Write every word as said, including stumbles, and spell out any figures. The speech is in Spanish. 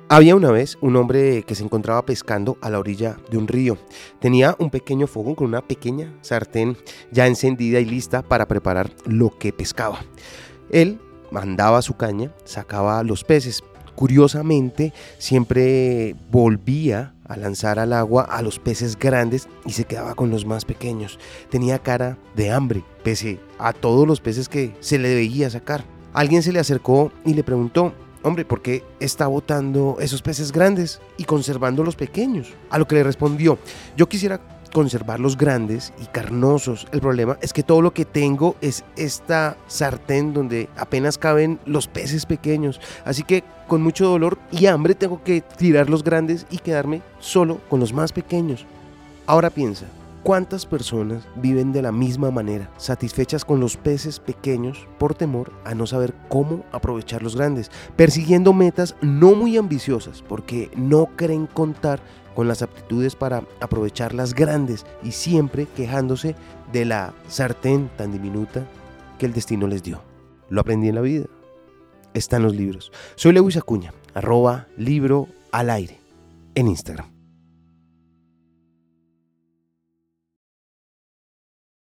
Había una vez un hombre que se encontraba pescando a la orilla de un río. Tenía un pequeño fogón con una pequeña sartén ya encendida y lista para preparar lo que pescaba. Él mandaba su caña, sacaba los peces. Curiosamente, siempre volvía a lanzar al agua a los peces grandes y se quedaba con los más pequeños. Tenía cara de hambre, pese a todos los peces que se le veía sacar. Alguien se le acercó y le preguntó: hombre, ¿por qué está botando esos peces grandes y conservando los pequeños? A lo que le respondió: yo quisiera conservar los grandes y carnosos. El problema es que todo lo que tengo es esta sartén donde apenas caben los peces pequeños. Así que con mucho dolor y hambre tengo que tirar los grandes y quedarme solo con los más pequeños. Ahora piensa, ¿cuántas personas viven de la misma manera, satisfechas con los peces pequeños por temor a no saber cómo aprovechar los grandes, persiguiendo metas no muy ambiciosas porque no creen contar con las aptitudes para aprovechar las grandes y siempre quejándose de la sartén tan diminuta que el destino les dio? Lo aprendí en la vida. Está en los libros. Soy Lewis Acuña, arroba libro al aire en Instagram.